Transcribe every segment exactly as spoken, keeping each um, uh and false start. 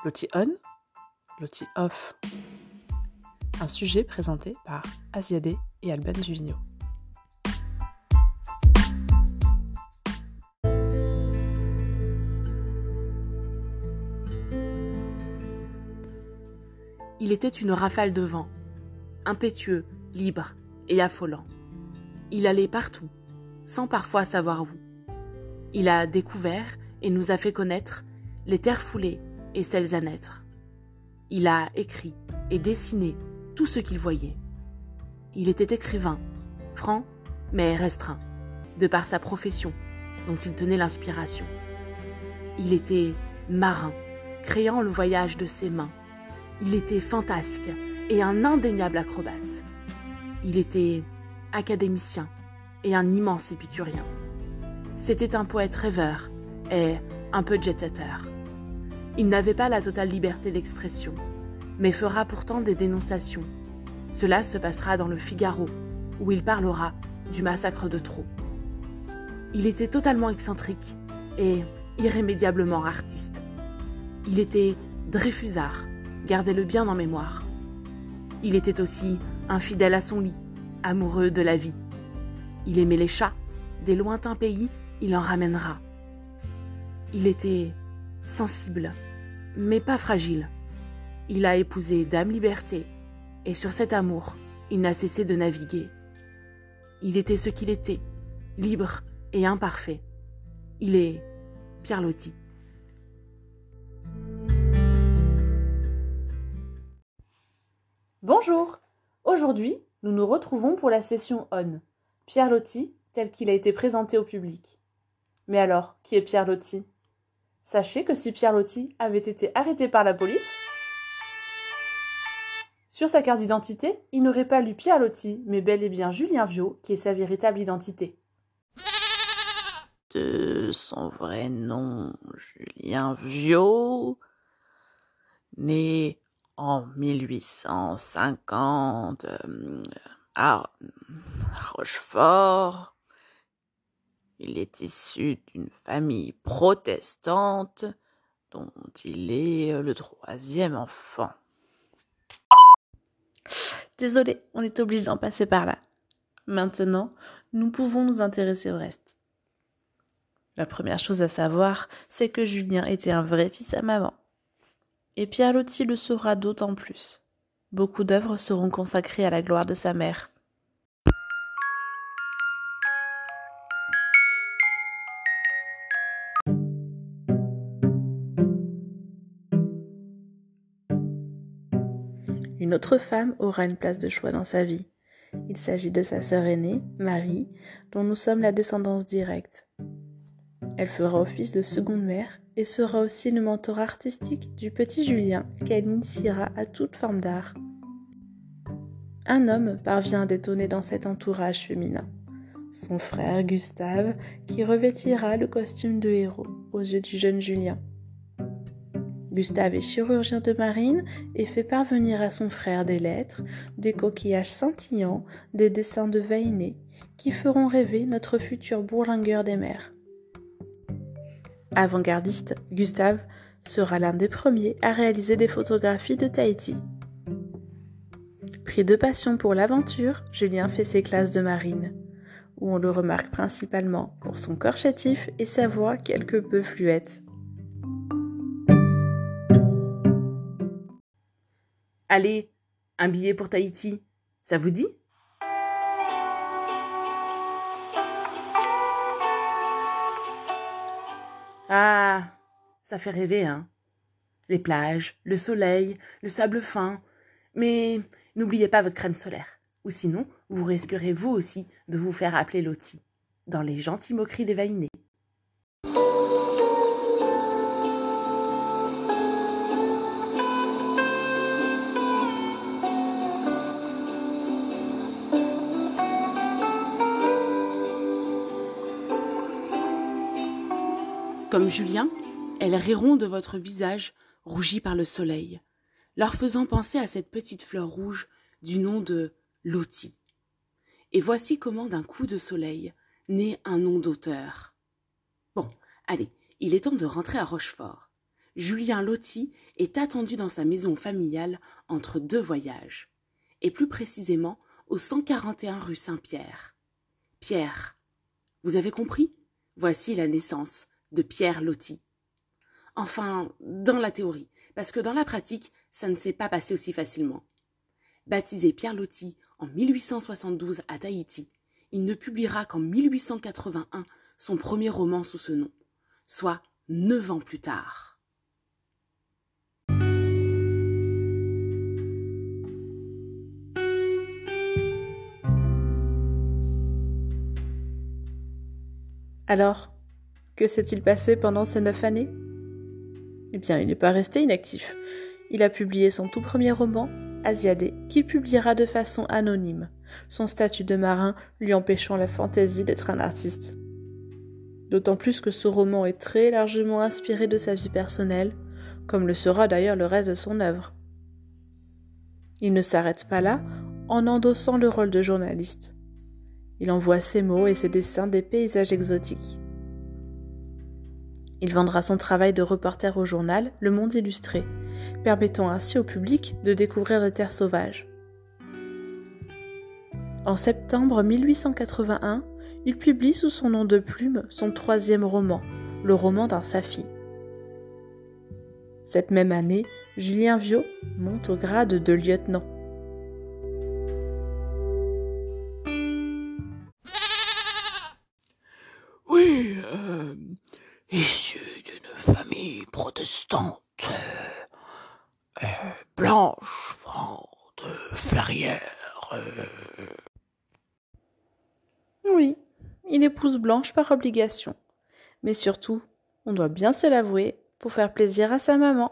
Loti on, Loti off. Un sujet présenté par Asiade et Alban Duvigneau. Il était une rafale de vent, impétueux, libre et affolant. Il allait partout, sans parfois savoir où. Il a découvert et nous a fait connaître les terres foulées et celles à naître. Il a écrit et dessiné tout ce qu'il voyait. Il était écrivain, franc mais restreint, de par sa profession dont il tenait l'inspiration. Il était marin, créant le voyage de ses mains. Il était fantasque et un indéniable acrobate. Il était académicien et un immense épicurien. C'était un poète rêveur et un peu jet-setter. Il n'avait pas la totale liberté d'expression, mais fera pourtant des dénonciations. Cela se passera dans le Figaro, où il parlera du massacre de Traux. Il était totalement excentrique et irrémédiablement artiste. Il était Dreyfusard, gardez-le bien en mémoire. Il était aussi infidèle à son lit, amoureux de la vie. Il aimait les chats, des lointains pays, il en ramènera. Il était sensible, mais pas fragile. Il a épousé Dame Liberté, et sur cet amour, il n'a cessé de naviguer. Il était ce qu'il était, libre et imparfait. Il est Pierre Loti. Bonjour! Aujourd'hui, nous nous retrouvons pour la session On, Pierre Loti, tel qu'il a été présenté au public. Mais alors, qui est Pierre Loti? Sachez que si Pierre Loti avait été arrêté par la police, sur sa carte d'identité, il n'aurait pas lu Pierre Loti, mais bel et bien Julien Viaud, qui est sa véritable identité. De son vrai nom, Julien Viaud, né en mille huit cent cinquante euh, à Rochefort. Il est issu d'une famille protestante dont il est le troisième enfant. Désolé, on est obligé d'en passer par là. Maintenant, nous pouvons nous intéresser au reste. La première chose à savoir, c'est que Julien était un vrai fils à maman. Et Pierre Loti le saura d'autant plus. Beaucoup d'œuvres seront consacrées à la gloire de sa mère. Une autre femme aura une place de choix dans sa vie. Il s'agit de sa sœur aînée, Marie, dont nous sommes la descendance directe. Elle fera office de seconde mère et sera aussi le mentor artistique du petit Julien qu'elle initiera à toute forme d'art. Un homme parvient à détonner dans cet entourage féminin. Son frère Gustave, qui revêtira le costume de héros aux yeux du jeune Julien. Gustave est chirurgien de marine et fait parvenir à son frère des lettres, des coquillages scintillants, des dessins de Vainé qui feront rêver notre futur bourlingueur des mers. Avant-gardiste, Gustave sera l'un des premiers à réaliser des photographies de Tahiti. Pris de passion pour l'aventure, Julien fait ses classes de marine, où on le remarque principalement pour son corps chétif et sa voix quelque peu fluette. Allez, un billet pour Tahiti, ça vous dit? Ah, ça fait rêver, hein. Les plages, le soleil, le sable fin. Mais n'oubliez pas votre crème solaire, ou sinon vous risquerez vous aussi de vous faire appeler Loti, dans les gentilles moqueries des Vainés. Comme Julien, elles riront de votre visage rougi par le soleil, leur faisant penser à cette petite fleur rouge du nom de Loti. Et voici comment d'un coup de soleil naît un nom d'auteur. Bon, allez, il est temps de rentrer à Rochefort. Julien Loti est attendu dans sa maison familiale entre deux voyages, et plus précisément au cent quarante et un rue Saint-Pierre. Pierre, vous avez compris? Voici la naissance de Pierre Loti. Enfin, dans la théorie, parce que dans la pratique, ça ne s'est pas passé aussi facilement. Baptisé Pierre Loti en mille huit cent soixante-douze à Tahiti, il ne publiera qu'en mille huit cent quatre-vingt-un son premier roman sous ce nom, soit neuf ans plus tard. Alors, que s'est-il passé pendant ces neuf années? Eh bien, il n'est pas resté inactif. Il a publié son tout premier roman, Asiadé, qu'il publiera de façon anonyme, son statut de marin lui empêchant la fantaisie d'être un artiste. D'autant plus que ce roman est très largement inspiré de sa vie personnelle, comme le sera d'ailleurs le reste de son œuvre. Il ne s'arrête pas là en endossant le rôle de journaliste. Il envoie ses mots et ses dessins des paysages exotiques. Il vendra son travail de reporter au journal Le Monde Illustré, permettant ainsi au public de découvrir les terres sauvages. En septembre mille huit cent quatre-vingt-un, il publie sous son nom de plume son troisième roman, Le roman d'un Safi. Cette même année, Julien Viaud monte au grade de lieutenant. Oui, euh, issu d'une famille protestante, euh, euh, blanche, franc, de ferrière. Euh... Oui, il épouse Blanche par obligation. Mais surtout, on doit bien se l'avouer, pour faire plaisir à sa maman.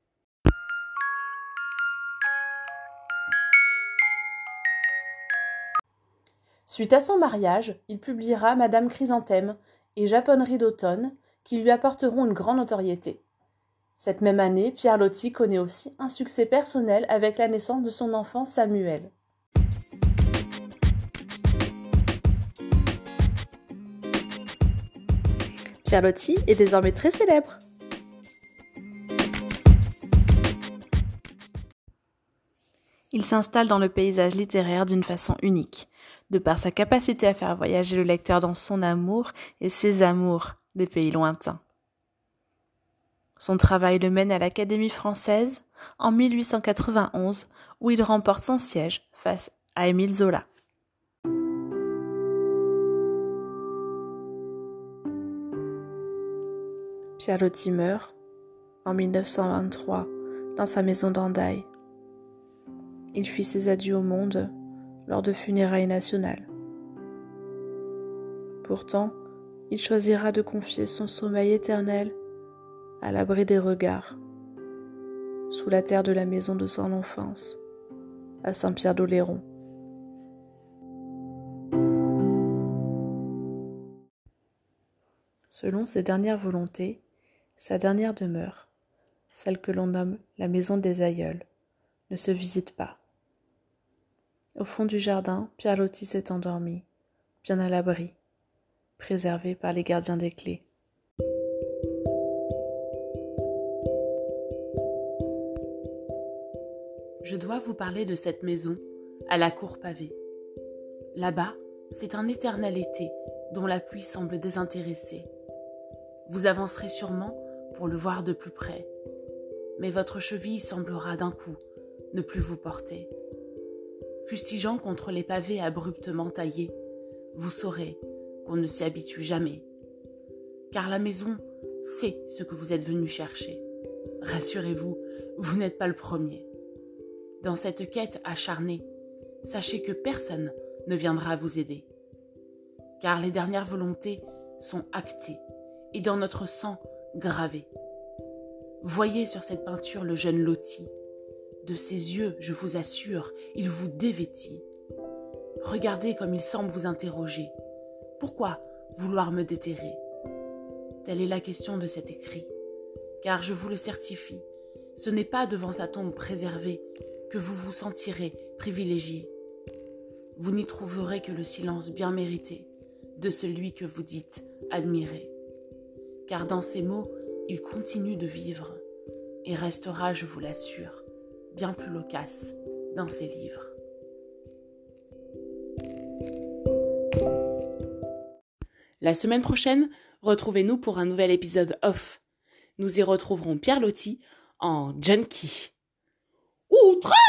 Suite à son mariage, il publiera Madame Chrysanthème et Japonnerie d'automne, qui lui apporteront une grande notoriété. Cette même année, Pierre Loti connaît aussi un succès personnel avec la naissance de son enfant Samuel. Pierre Loti est désormais très célèbre. Il s'installe dans le paysage littéraire d'une façon unique, de par sa capacité à faire voyager le lecteur dans son amour et ses amours des pays lointains. Son travail le mène à l'Académie française en mille huit cent quatre-vingt-onze, où il remporte son siège face à Émile Zola. Pierre Loti meurt en mille neuf cent vingt-trois dans sa maison d'Hendaye. Il fit ses adieux au monde lors de funérailles nationales. Pourtant, il choisira de confier son sommeil éternel à l'abri des regards, sous la terre de la maison de son enfance, à Saint-Pierre-d'Oléron. Selon ses dernières volontés, sa dernière demeure, celle que l'on nomme la maison des aïeuls, ne se visite pas. Au fond du jardin, Pierre Loti s'est endormi, bien à l'abri, préservé par les gardiens des clés. Je dois vous parler de cette maison, à la cour pavée. Là-bas, c'est un éternel été dont la pluie semble désintéressée. Vous avancerez sûrement pour le voir de plus près, mais votre cheville semblera d'un coup ne plus vous porter. Fustigeant contre les pavés abruptement taillés, vous saurez qu'on ne s'y habitue jamais. Car la maison sait ce que vous êtes venu chercher. Rassurez-vous, vous n'êtes pas le premier. Dans cette quête acharnée, sachez que personne ne viendra vous aider. Car les dernières volontés sont actées et dans notre sang gravées. Voyez sur cette peinture le jeune Loti. De ses yeux, je vous assure, il vous dévêtit. Regardez comme il semble vous interroger. Pourquoi vouloir me déterrer? Telle est la question de cet écrit. Car je vous le certifie, ce n'est pas devant sa tombe préservée que vous vous sentirez privilégié. Vous n'y trouverez que le silence bien mérité de celui que vous dites admirer. Car dans ces mots, il continue de vivre et restera, je vous l'assure, bien plus loquace dans ses livres. La semaine prochaine, retrouvez-nous pour un nouvel épisode off. Nous y retrouverons Pierre Loti en junkie. Outrage!